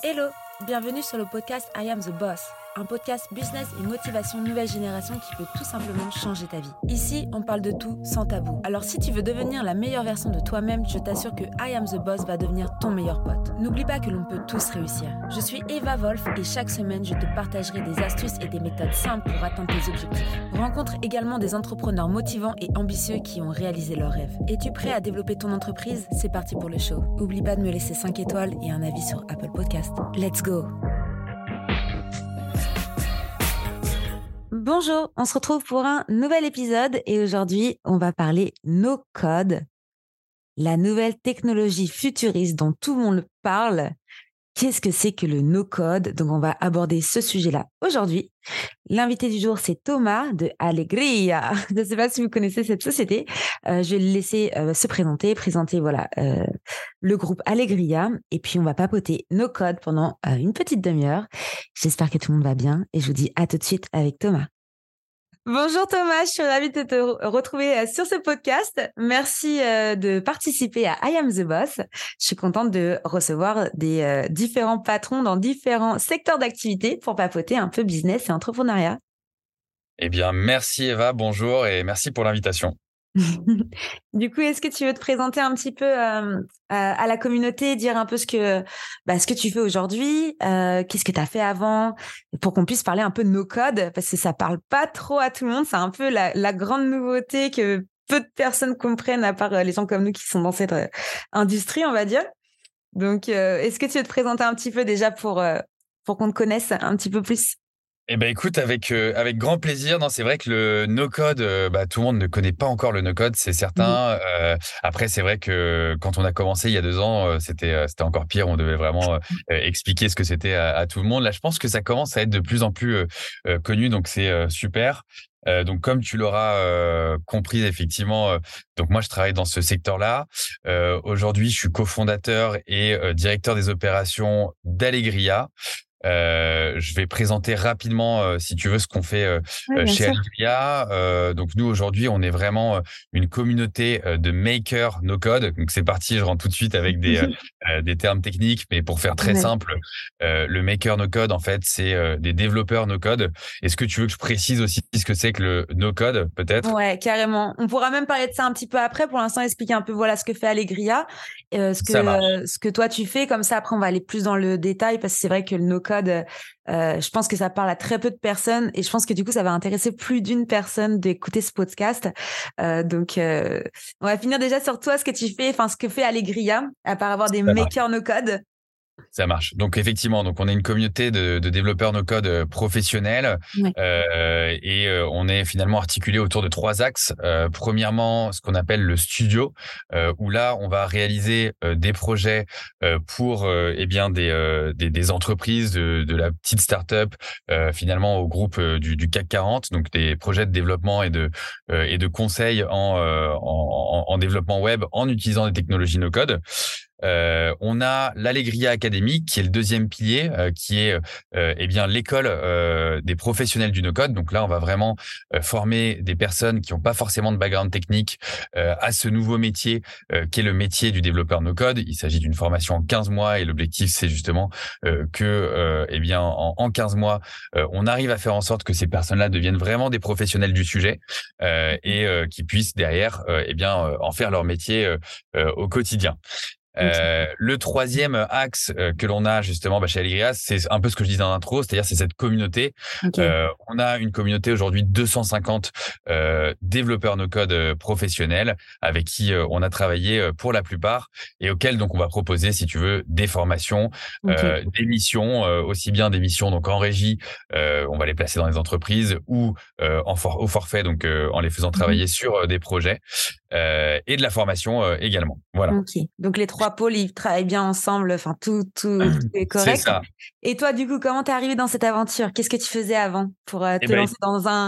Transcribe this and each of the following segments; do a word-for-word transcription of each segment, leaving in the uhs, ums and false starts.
Hello, bienvenue sur le podcast I Am The Boss, un podcast business et motivation nouvelle génération qui peut tout simplement changer ta vie. Ici, on parle de tout sans tabou. Alors si tu veux devenir la meilleure version de toi-même, je t'assure que I Am The Boss va devenir ton meilleur pote. N'oublie pas que l'on peut tous réussir. Je suis Eva Wolf et chaque semaine, je te partagerai des astuces et des méthodes simples pour atteindre tes objectifs. Rencontre également des entrepreneurs motivants et ambitieux qui ont réalisé leurs rêves. Es-tu prêt à développer ton entreprise? C'est parti pour le show. Oublie pas de me laisser cinq étoiles et un avis sur Apple Podcast. Let's go! Bonjour, on se retrouve pour un nouvel épisode et aujourd'hui, on va parler no-code, la nouvelle technologie futuriste dont tout le monde parle. Qu'est-ce que c'est que le no-code? Donc, on va aborder ce sujet-là aujourd'hui. L'invité du jour, c'est Thomas de Alegria. Je ne sais pas si vous connaissez cette société. Euh, je vais le laisser euh, se présenter, présenter voilà euh, le groupe Alegria. Et puis, on va papoter no-code pendant euh, une petite demi-heure. J'espère que tout le monde va bien et je vous dis à tout de suite avec Thomas. Bonjour Thomas, je suis ravie de te retrouver sur ce podcast. Merci de participer à I Am The Boss. Je suis contente de recevoir des différents patrons dans différents secteurs d'activité pour papoter un peu business et entrepreneuriat. Eh bien, merci Eva, bonjour et merci pour l'invitation. Du coup, est-ce que tu veux te présenter un petit peu euh, à, à la communauté, dire un peu ce que, bah, ce que tu fais aujourd'hui, euh, qu'est-ce que tu as fait avant, pour qu'on puisse parler un peu de no-code, parce que ça parle pas trop à tout le monde. C'est un peu la, la grande nouveauté que peu de personnes comprennent, à part les gens comme nous qui sont dans cette euh, industrie, on va dire. Donc, euh, est-ce que tu veux te présenter un petit peu déjà pour, euh, pour qu'on te connaisse un petit peu plus? Eh ben écoute, avec euh, avec grand plaisir. Non, c'est vrai que le no-code, euh, bah, tout le monde ne connaît pas encore le no-code, c'est certain. Euh, après, c'est vrai que quand on a commencé il y a deux ans, euh, c'était euh, c'était encore pire. On devait vraiment euh, expliquer ce que c'était à, à tout le monde. Là, je pense que ça commence à être de plus en plus euh, euh, connu, donc c'est euh, super. Euh, donc, comme tu l'auras euh, compris, effectivement, euh, donc moi, je travaille dans ce secteur-là. Euh, aujourd'hui, je suis cofondateur et euh, directeur des opérations d'Alegria. Euh, je vais présenter rapidement, euh, si tu veux, ce qu'on fait euh, Oui, bien chez sûr. Alegria. Euh, donc nous aujourd'hui, on est vraiment euh, une communauté euh, de makers no code. Donc c'est parti, je rentre tout de suite avec des euh, euh, des termes techniques, mais pour faire très Ouais. simple, euh, le maker no code, en fait, c'est euh, des développeurs no code. Est-ce que tu veux que je précise aussi ce que c'est que le no code, peut-être? Ouais, carrément. On pourra même parler de ça un petit peu après. Pour l'instant, expliquer un peu voilà ce que fait Alegria, euh, ce que Ça marche. euh, ce que toi tu fais. Comme ça, après, on va aller plus dans le détail parce que c'est vrai que le no-code, euh, je pense que ça parle à très peu de personnes et je pense que du coup, ça va intéresser plus d'une personne d'écouter ce podcast. Euh, donc, euh, on va finir déjà sur toi, ce que tu fais, enfin ce que fait Alegria, à part avoir des Ça marche. makers no-code. Ça marche. Donc effectivement, donc on est une communauté de, de développeurs no code euh, professionnels Ouais. euh, et euh, on est finalement articulé autour de trois axes. Euh, premièrement, ce qu'on appelle le studio, euh, où là on va réaliser euh, des projets euh, pour euh, eh bien des, euh, des des entreprises de, de la petite start-up euh, finalement au groupe euh, du, du C A C quarante, donc des projets de développement et de euh, et de conseils en, euh, en en en développement web en utilisant des technologies no code. Euh, on a l'Alegria Academy, qui est le deuxième pilier, euh, qui est euh, eh bien l'école euh, des professionnels du no-code. Donc là, on va vraiment euh, former des personnes qui n'ont pas forcément de background technique euh, à ce nouveau métier, euh, qui est le métier du développeur no-code. Il s'agit d'une formation en quinze mois et l'objectif, c'est justement euh, que, euh, eh bien, en, en quinze mois, euh, on arrive à faire en sorte que ces personnes-là deviennent vraiment des professionnels du sujet euh, et euh, qui puissent derrière, euh, eh bien, euh, en faire leur métier euh, euh, au quotidien. Ok. Euh, le troisième axe euh, que l'on a justement bah, chez Alegria, c'est un peu ce que je disais dans l'intro, c'est-à-dire c'est cette communauté. Ok. Euh, on a une communauté aujourd'hui de deux cent cinquante euh, développeurs no-code euh, professionnels avec qui euh, on a travaillé euh, pour la plupart et auxquels donc on va proposer, si tu veux, des formations, Ok. euh, des missions, euh, aussi bien des missions donc en régie, euh, on va les placer dans les entreprises ou euh, en for au forfait, donc euh, en les faisant Mhm. travailler sur euh, des projets euh, et de la formation euh, également. Voilà. Ok. Donc les trois pôles, ils travaillent bien ensemble. Enfin, tout, tout, tout est C'est correct. ça. Et toi, du coup, comment t'es arrivé dans cette aventure? Qu'est-ce que tu faisais avant pour euh, Eh te ben, lancer dans un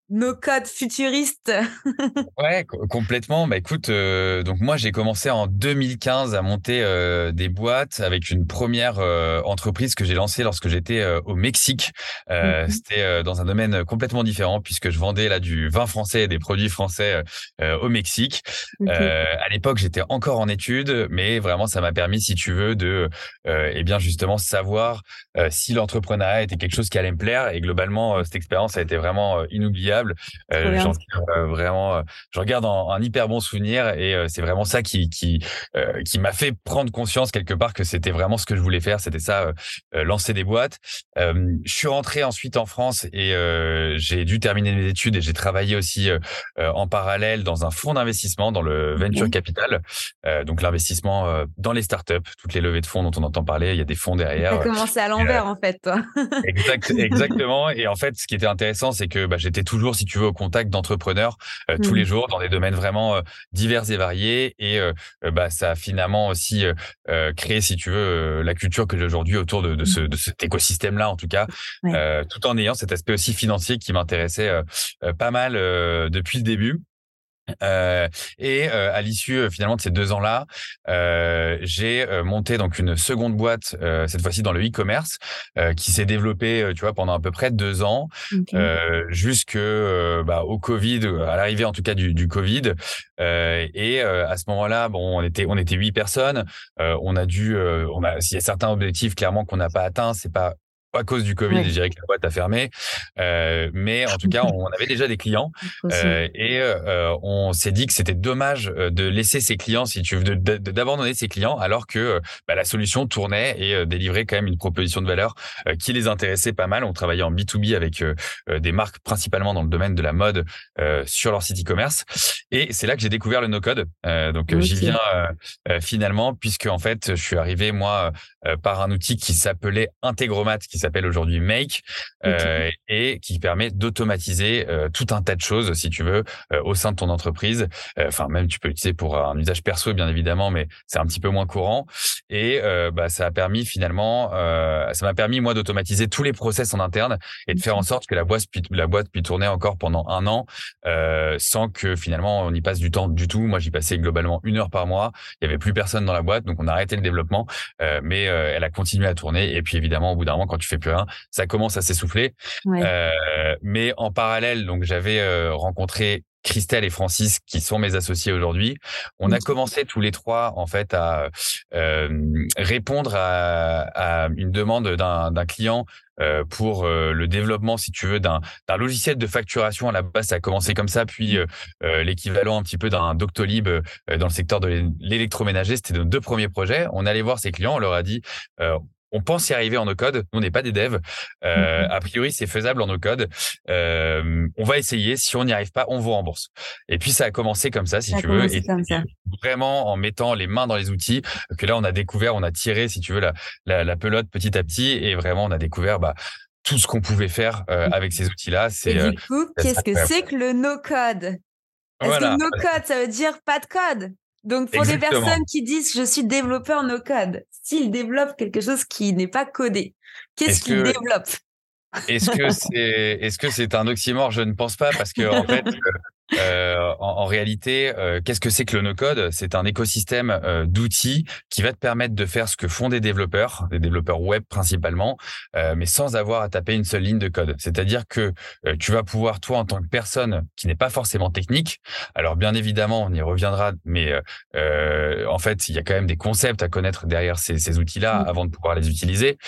no code futuriste. Ouais, co- complètement. Bah écoute, euh, donc moi j'ai commencé en deux mille quinze à monter euh, des boîtes avec une première euh, entreprise que j'ai lancée lorsque j'étais euh, au Mexique. Euh, Mhm. c'était euh, dans un domaine complètement différent puisque je vendais là du vin français et des produits français euh, au Mexique. Ok. Euh, à l'époque, j'étais encore en études, mais vraiment ça m'a permis, si tu veux, de euh, eh bien justement savoir euh, si l'entrepreneuriat était quelque chose qui allait me plaire. Et globalement, euh, cette expérience a été vraiment euh, inoubliable. Trop Euh, bien. j'en tire euh, vraiment, euh, je regarde en, un hyper bon souvenir et euh, c'est vraiment ça qui qui euh, qui m'a fait prendre conscience quelque part que c'était vraiment ce que je voulais faire. C'était ça, euh, euh, lancer des boîtes. Euh, je suis rentré ensuite en France et euh, j'ai dû terminer mes études et j'ai travaillé aussi euh, euh, en parallèle dans un fonds d'investissement, dans le venture Ok. capital, euh, donc l'investissement euh, dans les startups, toutes les levées de fonds dont on entend parler. Il y a des fonds T'as derrière. euh, commencé à et, euh, l'envers, en fait, toi. Exact, exactement. Et en fait, ce qui était intéressant, c'est que bah, j'étais toujours, si tu veux, au contact d'entrepreneurs euh, tous les Mhm. jours dans des domaines vraiment euh, divers et variés. Et euh, euh, bah, ça a finalement aussi euh, euh, créé, si tu veux, euh, la culture que j'ai aujourd'hui autour de, de, ce, de cet écosystème-là, en tout cas, Ouais. euh, tout en ayant cet aspect aussi financier qui m'intéressait euh, euh, pas mal euh, depuis le début. Euh, et euh, à l'issue euh, finalement de ces deux ans-là, euh, j'ai euh, monté donc une seconde boîte, euh, cette fois-ci dans le e-commerce, euh, qui s'est développée, euh, tu vois, pendant à peu près deux ans, Ok. euh, jusque euh, bah, au Covid, à l'arrivée en tout cas du, du Covid. Euh, et euh, à ce moment-là, bon, on était on était huit personnes. Euh, on a dû, euh, on a, s'il y a certains objectifs clairement qu'on n'a pas atteints, c'est pas à cause du Covid, je Ouais. dirais que la boîte a fermé. Euh, mais en tout cas, on avait déjà des clients. Trop sûr. Euh, et euh, on s'est dit que c'était dommage euh, de laisser ses clients, si tu veux, de- de- d'abandonner ses clients, alors que euh, bah, la solution tournait et euh, délivrait quand même une proposition de valeur euh, qui les intéressait pas mal. On travaillait en B deux B avec euh, euh, des marques principalement dans le domaine de la mode euh, sur leur site e-commerce. Et c'est là que j'ai découvert le no-code. Euh, donc euh, j'y Ok. viens euh, euh, finalement, puisque en fait, je suis arrivé moi euh, par un outil qui s'appelait Integromat, qui s'appelle aujourd'hui Make, Ok. euh, et qui permet d'automatiser euh, tout un tas de choses, si tu veux, euh, au sein de ton entreprise. Euh, Enfin, même tu peux l'utiliser pour un usage perso, bien évidemment, mais c'est un petit peu moins courant. Et euh, bah, ça a permis finalement, euh, ça m'a permis moi d'automatiser tous les process en interne et de faire en Ok. sorte que la boîte puisse, la boîte puisse tourner encore pendant un an, euh, sans que finalement on y passe du temps du tout. Moi, j'y passais globalement une heure par mois. Il y avait plus personne dans la boîte, donc on a arrêté le développement, euh, mais euh, elle a continué à tourner. Et puis évidemment, au bout d'un moment, quand tu fais plus rien, ça commence à s'essouffler. Ouais. Euh, mais en parallèle, donc j'avais euh, rencontré Christelle et Francis, qui sont mes associés aujourd'hui. On a Ok. commencé tous les trois en fait à euh, répondre à, à une demande d'un d'un client euh, pour euh, le développement, si tu veux, d'un d'un logiciel de facturation. À la base, ça a commencé comme ça, puis euh, euh, l'équivalent un petit peu d'un Doctolib euh, dans le secteur de l'électroménager. C'était nos deux premiers projets. On allait voir ces clients, on leur a dit euh, on pense y arriver en no-code. Nous, on n'est pas des devs. Euh, Ok. a priori, c'est faisable en no-code. Euh, on va essayer. Si on n'y arrive pas, on vous rembourse. Et puis, ça a commencé comme ça, si Ça a tu veux. commencé Et comme c'est ça. vraiment en mettant les mains dans les outils que là, on a découvert, on a tiré, si tu veux, la, la, la pelote petit à petit. Et vraiment, on a découvert bah, tout ce qu'on pouvait faire euh, avec ces outils-là. Et C'est euh, du coup, c'est qu'est-ce que incroyable. c'est que le no-code? Est-ce que Voilà, no-code, ça veut dire pas de code? Donc, pour des exactement. personnes qui disent je suis développeur no-code, s'ils développent quelque chose qui n'est pas codé, qu'est-ce Est-ce qu'ils que développent? est-ce que c'est est-ce que c'est un oxymore? Je ne pense pas parce que en fait, Euh, en, en réalité, euh, qu'est-ce que c'est que le no-code? C'est un écosystème euh, d'outils qui va te permettre de faire ce que font des développeurs, des développeurs web principalement, euh, mais sans avoir à taper une seule ligne de code. C'est-à-dire que euh, tu vas pouvoir, toi, en tant que personne qui n'est pas forcément technique, alors bien évidemment, on y reviendra, mais euh, euh, en fait, il y a quand même des concepts à connaître derrière ces, ces outils-là Mm. avant de pouvoir les utiliser.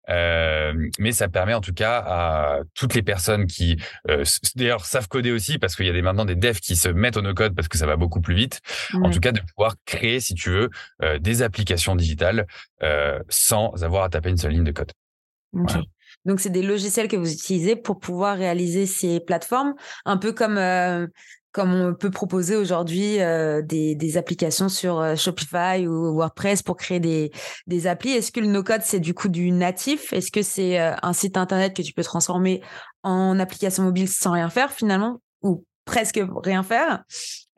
Euh, mais ça permet en tout cas à toutes les personnes qui, euh, d'ailleurs, savent coder aussi, parce qu'il y a des, maintenant des devs qui se mettent au no-code parce que ça va beaucoup plus vite. En tout Ouais. cas, de pouvoir créer, si tu veux, euh, des applications digitales euh, sans avoir à taper une seule ligne de code. Ok. Voilà. Donc, c'est des logiciels que vous utilisez pour pouvoir réaliser ces plateformes, un peu comme, euh, comme on peut proposer aujourd'hui euh, des, des applications sur euh, Shopify ou WordPress pour créer des, des applis. Est-ce que le no-code, c'est du coup du natif? Est-ce que c'est euh, un site internet que tu peux transformer en application mobile sans rien faire finalement? Ou presque rien faire?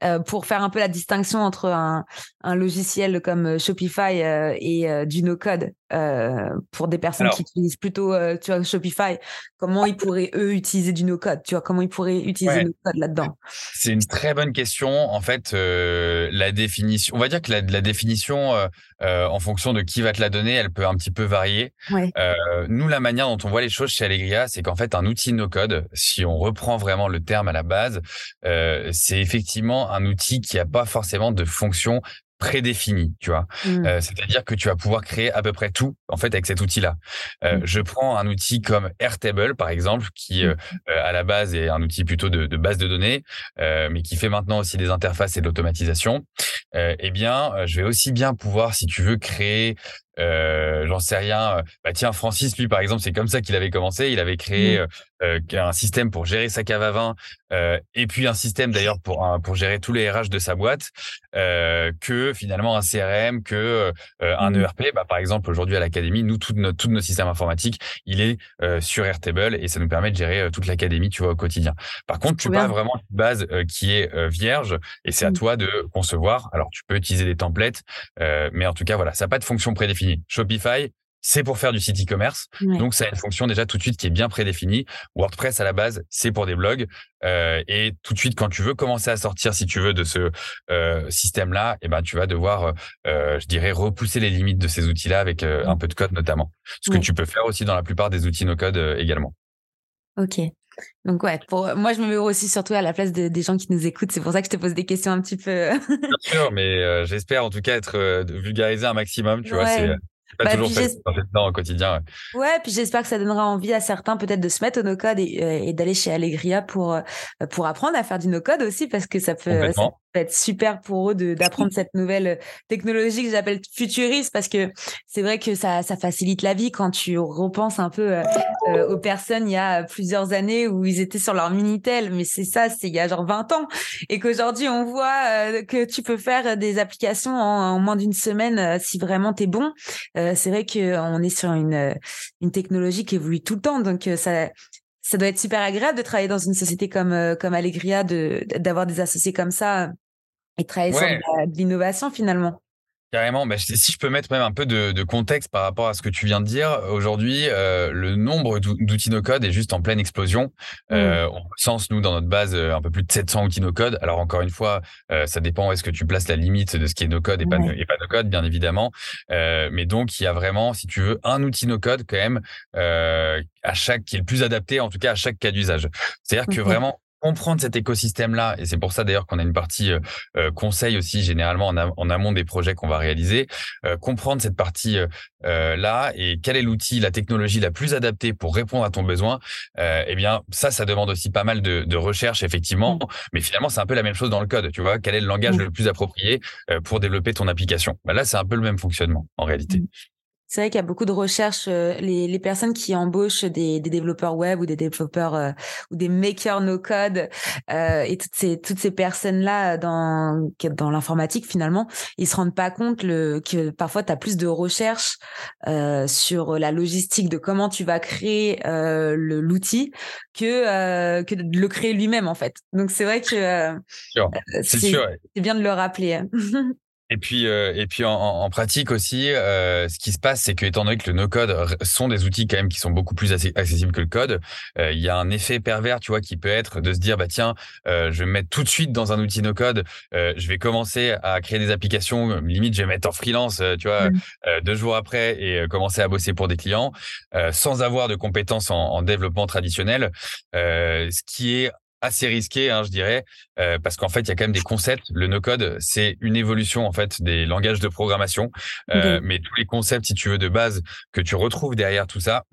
euh, pour faire un peu la distinction entre un, un logiciel comme Shopify euh, et euh, du no-code euh, pour des personnes Alors, qui utilisent plutôt euh, tu vois, Shopify, comment ils pourraient, eux, utiliser du no-code, tu vois, comment ils pourraient utiliser ouais, le no-code là-dedans? c'est une très bonne question. En fait, euh, la définition, on va dire que la, la définition, euh, euh, en fonction de qui va te la donner, elle peut un petit peu varier. Ouais. Euh, nous, la manière dont on voit les choses chez Allegria, c'est qu'en fait, un outil no-code, si on reprend vraiment le terme à la base, euh, c'est effectivement un outil qui n'a pas forcément de fonction prédéfinie, tu vois. Mm. Euh, c'est-à-dire que tu vas pouvoir créer à peu près tout, en fait, avec cet outil-là. Euh, Mm. je prends un outil comme Airtable, par exemple, qui euh, euh, à la base est un outil plutôt de, de base de données, euh, mais qui fait maintenant aussi des interfaces et de l'automatisation. Euh, eh bien, euh, je vais aussi bien pouvoir, si tu veux, créer euh, j'en sais rien. euh, Bah tiens, Francis, lui, par exemple, c'est comme ça qu'il avait commencé. Il avait créé Mm. euh, euh, un système pour gérer sa cave à vin, euh, et puis un système d'ailleurs pour un- pour gérer tous les R H de sa boîte, euh, que finalement un C R M, que euh, un Mm. E R P. Bah, par exemple, aujourd'hui à l'académie, nous, tout notre, tous nos systèmes informatiques, il est euh, sur Airtable et ça nous permet de gérer euh, toute l'académie, tu vois, au quotidien. Par contre, Trop tu pars bien. vraiment d'une base euh, qui est euh, vierge et c'est à Mm. toi de concevoir. Alors, tu peux utiliser des templates, euh, mais en tout cas, voilà, ça n'a pas de fonction prédéfinie. Shopify, c'est pour faire du site e-commerce. Ouais. Donc, ça a une fonction déjà tout de suite qui est bien prédéfinie. WordPress, à la base, c'est pour des blogs. Euh, et tout de suite, quand tu veux commencer à sortir, si tu veux, de ce euh, système-là, eh ben, tu vas devoir, euh, je dirais, repousser les limites de ces outils-là avec euh, un Mm. peu de code notamment. Ce que Ouais. tu peux faire aussi dans la plupart des outils no-code euh, également. Ok. Donc ouais, pour moi je me mets aussi surtout à la place de- des gens qui nous écoutent. C'est pour ça que je te pose des questions un petit peu. Bien sûr, mais euh, j'espère en tout cas être euh, de vulgariser un maximum. Tu vois, c'est Ouais. euh, c'est pas Bah toujours puis facile j'es- d'en faire dedans au quotidien. Ouais. ouais, puis j'espère que ça donnera envie à certains peut-être de se mettre au no-code et, euh, et d'aller chez Allegria pour euh, pour apprendre à faire du no-code aussi parce que ça peut ça Complètement. peut être super pour eux de d'apprendre cette nouvelle technologie que j'appelle futuriste parce que c'est vrai que ça ça facilite la vie quand tu repenses un peu euh, euh, aux personnes il y a plusieurs années où ils étaient sur leur Minitel, mais c'est ça, c'est il y a genre vingt ans et qu'aujourd'hui on voit euh, que tu peux faire des applications en, en moins d'une semaine euh, si vraiment t'es bon. Euh, c'est vrai qu'on est sur une, une technologie qui évolue tout le temps, donc euh, ça, ça doit être super agréable de travailler dans une société comme, euh, comme Allegria, de, d'avoir des associés comme ça et de travailler sur de, Ouais. la- de l'innovation finalement. Carrément, bah, si si je peux mettre même un peu de, de contexte par rapport à ce que tu viens de dire, aujourd'hui, euh, le nombre d'ou- d'outils no-code est juste en pleine explosion. Mm. Euh, on recense, nous, dans notre base, euh, un peu plus de sept cents outils no-code. Alors, encore une fois, euh, ça dépend où est-ce que tu places la limite de ce qui est no-code et pas, no- Ouais. et pas no-code, bien évidemment. Euh, mais donc, il y a vraiment, si tu veux, un outil no-code quand même, euh, à chaque, qui est le plus adapté, en tout cas, à chaque cas d'usage. C'est-à-dire que Ok. vraiment, comprendre cet écosystème-là, et c'est pour ça d'ailleurs qu'on a une partie euh, euh, conseil aussi généralement en, am- en amont des projets qu'on va réaliser, euh, comprendre cette partie euh, euh, là et quel est l'outil, la technologie la plus adaptée pour répondre à ton besoin. Euh, eh bien, ça, ça demande aussi pas mal de, de recherche effectivement, Mm. mais finalement c'est un peu la même chose dans le code. Tu vois, quel est le langage Mm. le plus approprié euh, pour développer ton application. Bah là, c'est un peu le même fonctionnement en réalité. Mm. C'est vrai qu'il y a beaucoup de recherches. euh, les, les personnes qui embauchent des, des développeurs web ou des développeurs euh, ou des makers no code euh, et toutes ces toutes ces personnes-là dans dans l'informatique finalement, ils se rendent pas compte le que parfois tu as plus de recherches euh, sur la logistique de comment tu vas créer euh, le l'outil que euh, que de le créer lui-même en fait. Donc c'est vrai que euh, C'est sûr. C'est c'est sûr. c'est bien de le rappeler. Hein. Et puis, euh, et puis en, en pratique aussi, euh, ce qui se passe, c'est que étant donné que le no-code r- sont des outils quand même qui sont beaucoup plus assez- accessibles que le code, euh, il y a un effet pervers, tu vois, qui peut être de se dire, bah tiens, euh, je vais me mettre tout de suite dans un outil no-code, euh, je vais commencer à créer des applications, euh, limite, je vais mettre en freelance, euh, tu vois, Mm. euh, deux jours après et euh, commencer à bosser pour des clients, euh, sans avoir de compétences en, en développement traditionnel, euh, ce qui est assez risqué, hein, je dirais, euh, parce qu'en fait, il y a quand même des concepts. Le no-code, c'est une évolution en fait des langages de programmation, euh, Ok. mais tous les concepts, si tu veux, de base que tu retrouves derrière tout ça,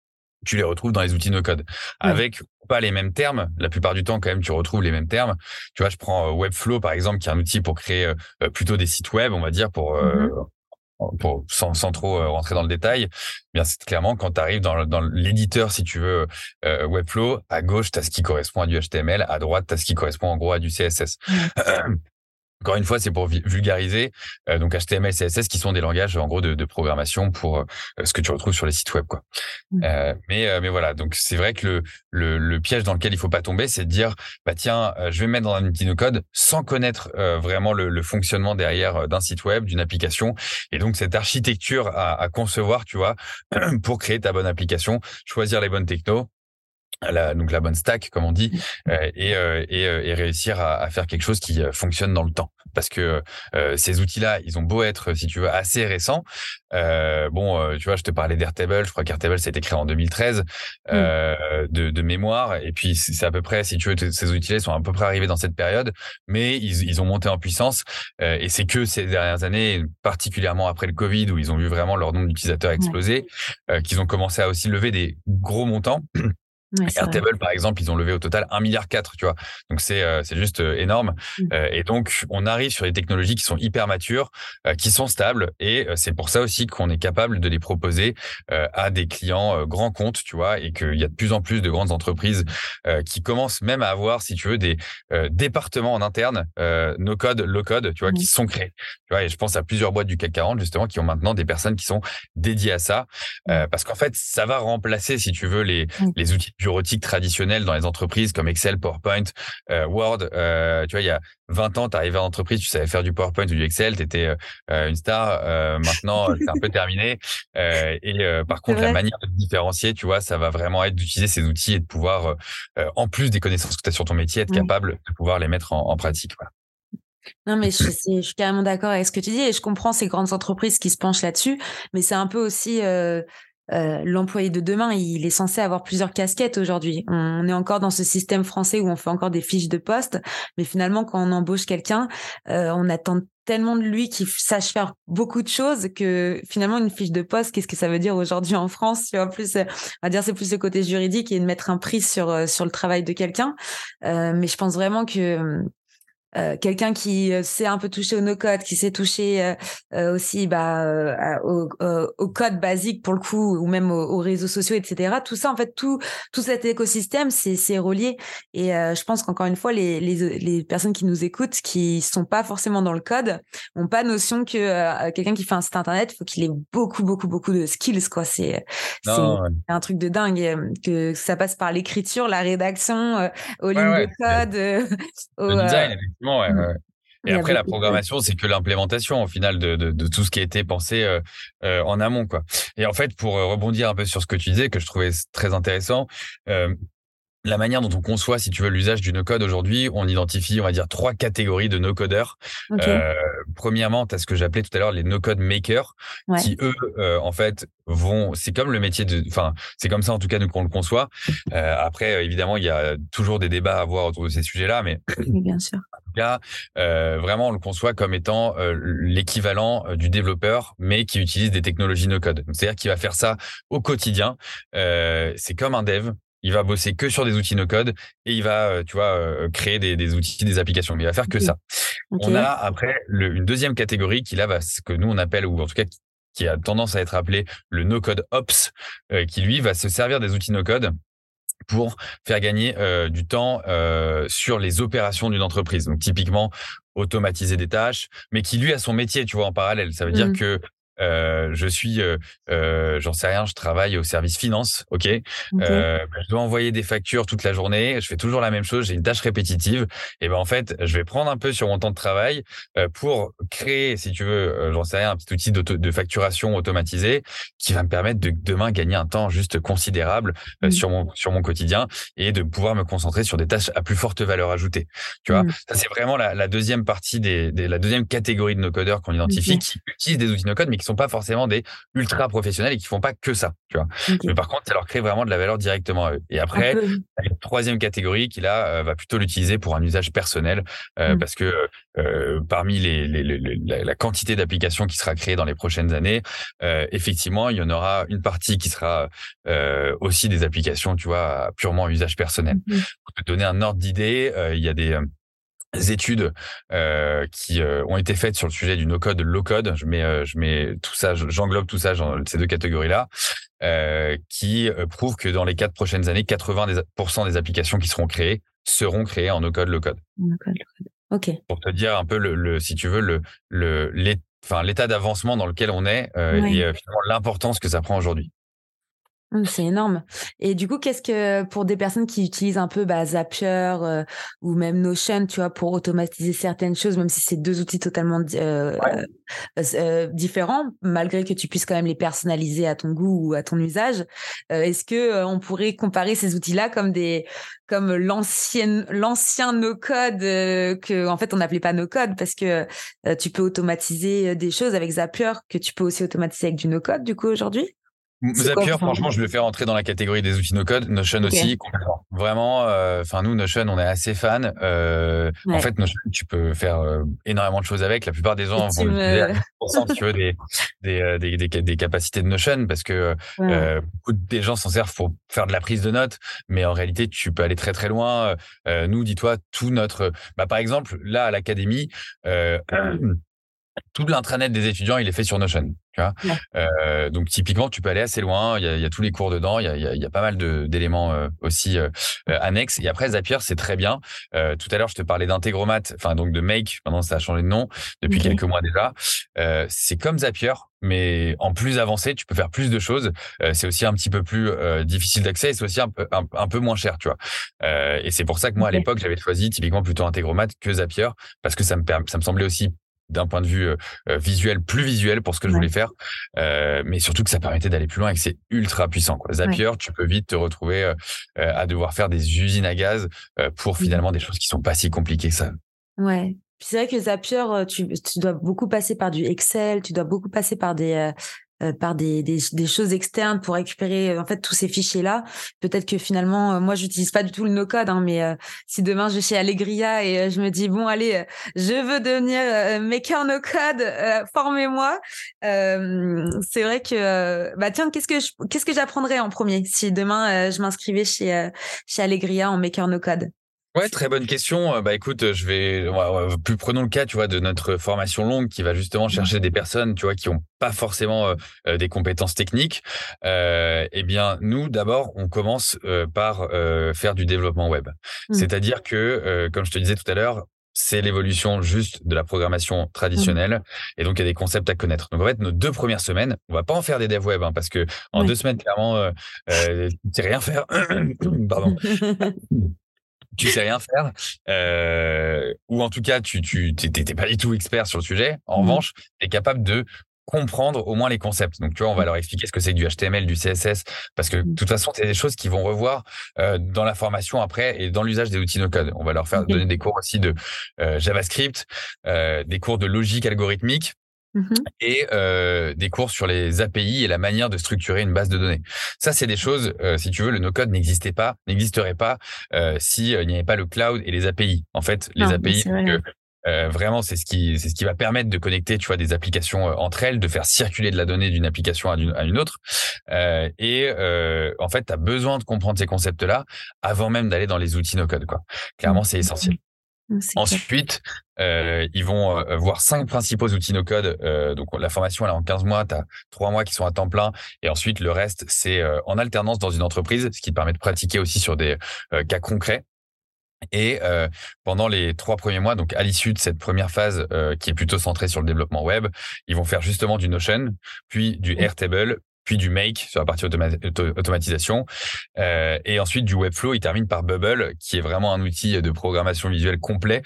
tu les retrouves dans les outils no-code, Ouais. avec pas les mêmes termes. La plupart du temps, quand même, tu retrouves les mêmes termes. Tu vois, je prends euh, Webflow par exemple, qui est un outil pour créer euh, plutôt des sites web, on va dire, pour euh, Mhm. pour, sans, sans trop euh, rentrer dans le détail, eh bien c'est clairement quand tu arrives dans, le- dans l'éditeur, si tu veux, euh, Webflow, à gauche, tu as ce qui correspond à du H T M L, à droite, tu as ce qui correspond en gros à du C S S. Ouais. Encore une fois, c'est pour vulgariser. Euh, donc H T M L, C S S, qui sont des langages en gros de, de programmation pour euh, ce que tu retrouves sur les sites web, quoi. Mmh. Euh, mais euh, mais voilà. Donc c'est vrai que le, le le piège dans lequel il faut pas tomber, c'est de dire bah tiens, euh, je vais me mettre dans un outil no-code sans connaître euh, vraiment le, le fonctionnement derrière d'un site web, d'une application, et donc cette architecture à, à concevoir, tu vois, pour créer ta bonne application, choisir les bonnes technos. La, donc la bonne stack, comme on dit, euh, et, euh, et, euh, et réussir à, à faire quelque chose qui euh, fonctionne dans le temps. Parce que euh, ces outils-là, ils ont beau être, si tu veux, assez récents. Euh, bon, euh, tu vois, je te parlais d'Airtable. Je crois qu'Airtable, ça a été créé en deux mille treize euh, mm. de, de mémoire. Et puis, c'est à peu près, si tu veux, ces outils-là sont à peu près arrivés dans cette période. Mais ils, ils ont monté en puissance. Euh, et c'est que ces dernières années, particulièrement après le Covid, où ils ont vu vraiment leur nombre d'utilisateurs exploser, mm. euh, qu'ils ont commencé à aussi lever des gros montants. Ouais, Airtable, par exemple, ils ont levé au total un virgule quatre milliard, tu vois. Donc c'est euh, c'est juste euh, énorme. Mmh. Euh, et donc on arrive sur des technologies qui sont hyper matures, euh, qui sont stables, et euh, c'est pour ça aussi qu'on est capable de les proposer euh, à des clients euh, grands comptes, tu vois, et qu'il y a de plus en plus de grandes entreprises euh, qui commencent même à avoir, si tu veux, des euh, départements en interne, euh, no code, low code, tu vois, mmh. qui sont créés. Tu vois, et je pense à plusieurs boîtes du C A C quarante justement qui ont maintenant des personnes qui sont dédiées à ça, euh, parce qu'en fait ça va remplacer, si tu veux, les mmh. les outils bureautique traditionnelle dans les entreprises comme Excel, PowerPoint, euh, Word. Euh, tu vois, il y a vingt ans, tu arrivais à l'entreprise, tu savais faire du PowerPoint ou du Excel, tu étais euh, une star. Euh, maintenant, c'est un peu terminé. Euh, et euh, par contre, la manière de te différencier, tu vois, ça va vraiment être d'utiliser ces outils et de pouvoir, euh, en plus des connaissances que tu as sur ton métier, être oui. capable de pouvoir les mettre en, en pratique. Quoi. Non, mais je, je suis carrément d'accord avec ce que tu dis et je comprends ces grandes entreprises qui se penchent là-dessus, mais c'est un peu aussi... Euh, Euh, l'employé de demain, il est censé avoir plusieurs casquettes aujourd'hui. On est encore dans ce système français où on fait encore des fiches de poste, mais finalement, quand on embauche quelqu'un, euh, on attend tellement de lui qu'il sache faire beaucoup de choses que finalement, une fiche de poste, qu'est-ce que ça veut dire aujourd'hui en France? Tu vois, plus, on va dire, c'est plus le côté juridique et de mettre un prix sur sur le travail de quelqu'un. Euh, mais je pense vraiment que Euh, quelqu'un qui euh, sait un peu toucher au no-code, qui sait toucher euh, euh, aussi bah, euh, au, euh, au code basique pour le coup, ou même aux, aux réseaux sociaux, et cetera. Tout ça, en fait, tout tout cet écosystème, c'est c'est relié. Et euh, je pense qu'encore une fois, les les les personnes qui nous écoutent, qui sont pas forcément dans le code, ont pas notion que euh, quelqu'un qui fait un site internet, faut qu'il ait beaucoup beaucoup beaucoup de skills, quoi. C'est c'est ouais. un truc de dingue, que ça passe par l'écriture, la rédaction, euh, aux ouais, lignes ouais. de code, euh, au le design. Euh, Ouais, ouais. Et après, la programmation, c'est que l'implémentation, au final, de, de, de tout ce qui a été pensé euh, euh, en amont, quoi. Et en fait, pour rebondir un peu sur ce que tu disais, que je trouvais très intéressant, euh, la manière dont on conçoit, si tu veux, l'usage du no-code aujourd'hui, on identifie, on va dire, trois catégories de no-codeurs. Okay. Euh, premièrement, tu as ce que j'appelais tout à l'heure les no-code makers, ouais. qui eux, euh, en fait, vont. C'est comme le métier de. Enfin, c'est comme ça en tout cas nous qu'on le conçoit. Euh, après, évidemment, il y a toujours des débats à avoir autour de ces sujets-là, mais. Oui, bien sûr. En tout cas, euh, vraiment, on le conçoit comme étant euh, l'équivalent du développeur, mais qui utilise des technologies no-code. C'est-à-dire qu'il va faire ça au quotidien. Euh, c'est comme un dev. Il va bosser que sur des outils no-code et il va, tu vois, créer des, des outils, des applications. Mais il va faire que okay. ça. Okay. On a après le, une deuxième catégorie qui là va ce que nous on appelle, ou en tout cas qui, qui a tendance à être appelé le no-code ops, euh, qui lui va se servir des outils no-code pour faire gagner euh, du temps euh, sur les opérations d'une entreprise. Donc typiquement automatiser des tâches, mais qui lui a son métier, tu vois, en parallèle. Ça veut mmh. dire que Euh, je suis, euh, euh, j'en sais rien, je travaille au service finance, ok. okay. Euh, je dois envoyer des factures toute la journée. Je fais toujours la même chose. J'ai une tâche répétitive. Et ben en fait, je vais prendre un peu sur mon temps de travail euh, pour créer, si tu veux, euh, j'en sais rien, un petit outil de facturation automatisé qui va me permettre de demain gagner un temps juste considérable euh, mmh. sur mon sur mon quotidien et de pouvoir me concentrer sur des tâches à plus forte valeur ajoutée. Tu vois, mmh. ça c'est vraiment la, la deuxième partie des, des, la deuxième catégorie de no codeurs qu'on identifie, okay. qui utilisent des outils no code mais qui sont pas forcément des ultra professionnels et qui font pas que ça, tu vois. Okay. Mais par contre, ça leur crée vraiment de la valeur directement à eux. Et après, la troisième catégorie qui là euh, va plutôt l'utiliser pour un usage personnel euh, mm. parce que euh, parmi les, les, les, les la, la quantité d'applications qui sera créée dans les prochaines années, euh, effectivement, il y en aura une partie qui sera euh, aussi des applications, tu vois, purement usage personnel. Mm. Pour te donner un ordre d'idée, euh, il y a des études euh, qui euh, ont été faites sur le sujet du no-code, low-code. Je mets, euh, je mets tout ça, j'englobe tout ça dans ces deux catégories-là, euh, qui euh, prouvent que dans les quatre prochaines années, quatre-vingts pour cent des applications qui seront créées seront créées en no-code, low-code. No-code, low-code. Ok. Pour te dire un peu le, le si tu veux le le l'é- enfin l'état d'avancement dans lequel on est euh, et Ouais. euh, finalement l'importance que ça prend aujourd'hui. Mmh, c'est énorme. Et du coup, qu'est-ce que pour des personnes qui utilisent un peu bah, Zapier euh, ou même Notion, tu vois, pour automatiser certaines choses, même si c'est deux outils totalement di- euh, euh, euh, différents, malgré que tu puisses quand même les personnaliser à ton goût ou à ton usage, euh, est-ce que euh, on pourrait comparer ces outils-là comme des comme l'ancienne l'ancien no-code euh, que en fait on n'appelait pas no-code parce que euh, tu peux automatiser des choses avec Zapier que tu peux aussi automatiser avec du no-code du coup aujourd'hui? C'est quoi Zapier, enfin, franchement, je le fais rentrer dans la catégorie des outils no-code. Notion ok. aussi, complètement. Vraiment, euh, enfin nous, Notion, on est assez fan. Euh, en Ouais. fait, Notion, tu peux faire euh, énormément de choses avec. La plupart des Et gens vont tu l'utiliser à me dix pour cent, si tu veux, des, des, euh, des, des, des capacités de Notion, parce que ouais. euh, beaucoup des gens s'en servent pour faire de la prise de notes, mais en réalité, tu peux aller très très loin. Euh, nous, dis-toi, tout notre, bah, par exemple, là à l'académie. Euh, tout l'intranet des étudiants, il est fait sur Notion. Tu vois, Ouais. euh, donc typiquement, tu peux aller assez loin. Il y a, il y a tous les cours dedans. Il y a, il y a, il y a pas mal de d'éléments euh, aussi euh, euh, annexes. Et après, Zapier, c'est très bien. Euh, tout à l'heure, je te parlais d'Integromat, enfin donc de Make. Maintenant, ça a changé de nom depuis Ok. quelques mois déjà. Euh, c'est comme Zapier, mais en plus avancé. Tu peux faire plus de choses. Euh, c'est aussi un petit peu plus euh, difficile d'accès. Et c'est aussi un peu un, un peu moins cher, tu vois. Euh, et c'est pour ça que moi, à Ok. l'époque, j'avais choisi typiquement plutôt Integromat que Zapier parce que ça me perm- ça me semblait aussi d'un point de vue euh, euh, visuel, plus visuel pour ce que je voulais Ouais. faire, euh, mais surtout que ça permettait d'aller plus loin et que c'est ultra puissant, quoi. Ouais. Zapier, tu peux vite te retrouver euh, euh, à devoir faire des usines à gaz euh, pour Mhm. finalement des choses qui sont pas si compliquées que ça. Ouais. Puis c'est vrai que Zapier, euh, tu, tu dois beaucoup passer par du Excel, tu dois beaucoup passer par des, euh, euh, par des, des, des choses externes pour récupérer euh, en fait tous ces fichiers-là. Peut-être que finalement, euh, moi, j'utilise pas du tout le no-code, hein, mais euh, si demain je vais chez Allegria et euh, je me dis bon, allez, euh, je veux devenir euh, maker no-code, euh, formez-moi. Euh, c'est vrai que euh, bah tiens, qu'est-ce que je, qu'est-ce que j'apprendrais en premier si demain euh, je m'inscrivais chez euh, chez Allegria en maker no-code? Ouais, très bonne question. Euh, Bah écoute, euh, je vais, ouais, ouais, plus prenons le cas, tu vois, de notre formation longue qui va justement chercher des personnes, tu vois, qui ont pas forcément euh, euh, des compétences techniques. Euh, eh bien, nous, d'abord, on commence euh, par euh, faire du développement web. Mm. C'est-à-dire que, euh, comme je te disais tout à l'heure, c'est l'évolution juste de la programmation Mm. traditionnelle, et donc il y a des concepts à connaître. Donc en fait, nos deux premières semaines, on va pas en faire des devs web, hein, parce que en deux Ouais. semaines, clairement, euh, euh, tu sais rien faire. Pardon. Tu sais rien faire, euh, ou en tout cas, tu tu t'es t'es- t'es pas du tout expert sur le sujet. En Mhm. revanche, tu es capable de comprendre au moins les concepts. Donc, tu vois, on va leur expliquer ce que c'est que du H T M L, du C S S, parce que de Mhm. toute façon, c'est des choses qu'ils vont revoir euh, dans la formation après et dans l'usage des outils no-code. On va leur faire donner Ok. des cours aussi de euh, JavaScript, euh, des cours de logique algorithmique Mhm. et euh, des cours sur les A P I et la manière de structurer une base de données. Ça, c'est des choses, euh, si tu veux, le no-code n'existait pas, n'existerait pas euh, si euh, il n'y avait pas le cloud et les A P I. En fait, les Non, mais A P I, c'est vrai. donc, euh, euh, vraiment, c'est ce qui, c'est ce qui va permettre de connecter, tu vois, des applications euh, entre elles, de faire circuler de la donnée d'une application à, d'une- à une autre. Euh, et euh, en fait, tu as besoin de comprendre ces concepts-là avant même d'aller dans les outils no-code, quoi. Clairement, c'est essentiel. Mhm. Mhm. C'est clair. Ensuite, euh, ils vont euh, voir cinq principaux outils no-code. Euh, donc la formation, elle est en quinze mois, tu as trois mois qui sont à temps plein. Et ensuite, le reste, c'est euh, en alternance dans une entreprise, ce qui permet de pratiquer aussi sur des euh, cas concrets. Et euh, pendant les trois premiers mois, donc à l'issue de cette première phase euh, qui est plutôt centrée sur le développement web, ils vont faire justement du Notion, puis du Airtable, puis du Make sur la partie automa- auto- automatisation, euh, et ensuite du Webflow. Ils terminent par Bubble, qui est vraiment un outil de programmation visuelle complet.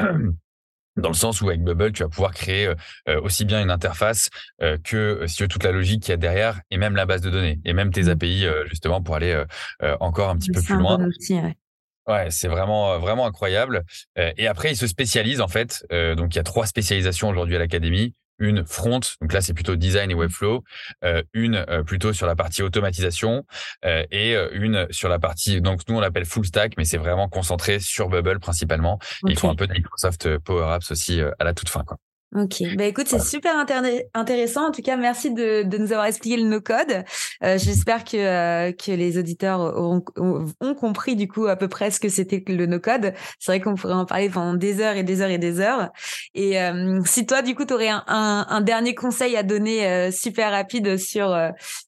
Dans le sens où avec Bubble, tu vas pouvoir créer euh, aussi bien une interface euh, que euh, si tu veux toute la logique qu'il y a derrière et même la base de données et même tes Mhm. A P I euh, justement pour aller euh, euh, encore un petit peu C'est plus un loin. bon outil, ouais. Ouais, c'est vraiment euh, vraiment incroyable. Euh, et après, ils se spécialisent en fait. Euh, donc il y a trois spécialisations aujourd'hui à l'académie. Une front, donc là c'est plutôt design et webflow. Euh, une euh, plutôt sur la partie automatisation euh, et euh, une sur la partie donc nous on l'appelle full stack, mais c'est vraiment concentré sur Bubble principalement. Et ils font un Ok. peu de Microsoft Power Apps aussi euh, à la toute fin, quoi. Ok, bah écoute, c'est super inter- intéressant. En tout cas, merci de, de nous avoir expliqué le no-code. Euh, j'espère que euh, que les auditeurs auront, ont compris du coup à peu près ce que c'était que le no-code. C'est vrai qu'on pourrait en parler pendant des heures et des heures et des heures. Et euh, si toi, du coup, tu aurais un, un, un dernier conseil à donner euh, super rapide sur euh,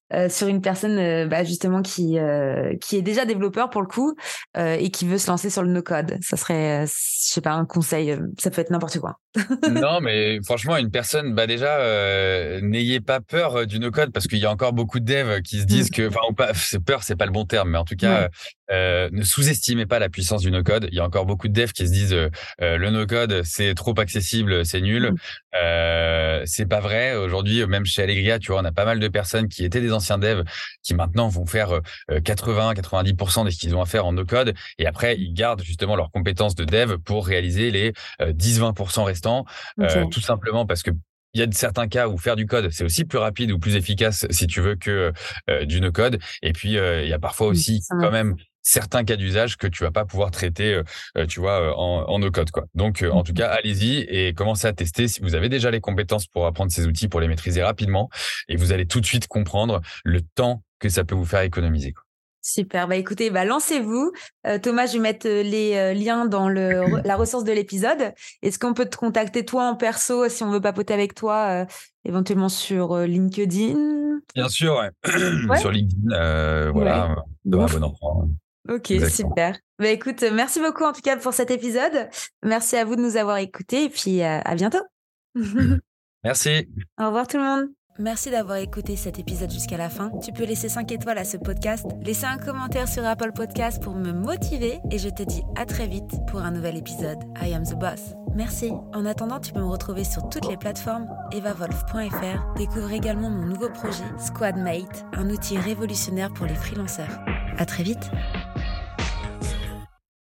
euh, sur une personne euh, bah, justement qui euh, qui est déjà développeur pour le coup euh, et qui veut se lancer sur le no-code? Ça serait, euh, je sais pas, un conseil. euh, Ça peut être n'importe quoi. Non, mais franchement, une personne, bah déjà, euh, n'ayez pas peur euh, du no-code parce qu'il y a encore beaucoup de devs qui se disent Mm. que, enfin, ou pas, c'est peur, c'est pas le bon terme, mais en tout cas, Ouais. euh, euh, ne sous-estimez pas la puissance du no-code. Il y a encore beaucoup de devs qui se disent euh, euh, le no-code, c'est trop accessible, c'est nul. Mm. Euh, c'est pas vrai. Aujourd'hui, même chez Allegria, tu vois, on a pas mal de personnes qui étaient des anciens devs qui maintenant vont faire euh, quatre-vingts, quatre-vingt-dix pour cent de ce qu'ils ont à faire en no-code et après, ils gardent justement leurs compétences de dev pour réaliser les euh, dix à vingt pour cent restants. Euh, Ok. tout simplement parce que il y a de certains cas où faire du code, c'est aussi plus rapide ou plus efficace, si tu veux, que euh, du no-code. Et puis, euh, il y a parfois Mm. aussi Ça quand marche. même certains cas d'usage que tu vas pas pouvoir traiter, euh, euh, tu vois, euh, en, en no-code, quoi. Donc, euh, en tout cas, allez-y et commencez à tester. Si vous avez déjà les compétences pour apprendre ces outils, pour les maîtriser rapidement, et vous allez tout de suite comprendre le temps que ça peut vous faire économiser, quoi. Super. Bah écoutez, bah lancez-vous. Euh, Thomas, je vais mettre euh, les euh, liens dans le la ressource de l'épisode. Est-ce qu'on peut te contacter toi en perso si on veut papoter avec toi, euh, éventuellement sur euh, LinkedIn? Bien sûr, ouais. Ouais. Sur LinkedIn, euh, Ouais. voilà, Bon. Thomas Bonenfant. Ok, Exactement. super. Bah écoute, merci beaucoup en tout cas pour cet épisode. Merci à vous de nous avoir écoutés et puis euh, à bientôt. Merci. Au revoir tout le monde. Merci d'avoir écouté cet épisode jusqu'à la fin. Tu peux laisser cinq étoiles à ce podcast, laisser un commentaire sur Apple Podcast pour me motiver et je te dis à très vite pour un nouvel épisode. I am the boss. Merci. En attendant, tu peux me retrouver sur toutes les plateformes eva wolf point f r. Découvre également mon nouveau projet Squadmate, un outil révolutionnaire pour les freelanceurs. À très vite.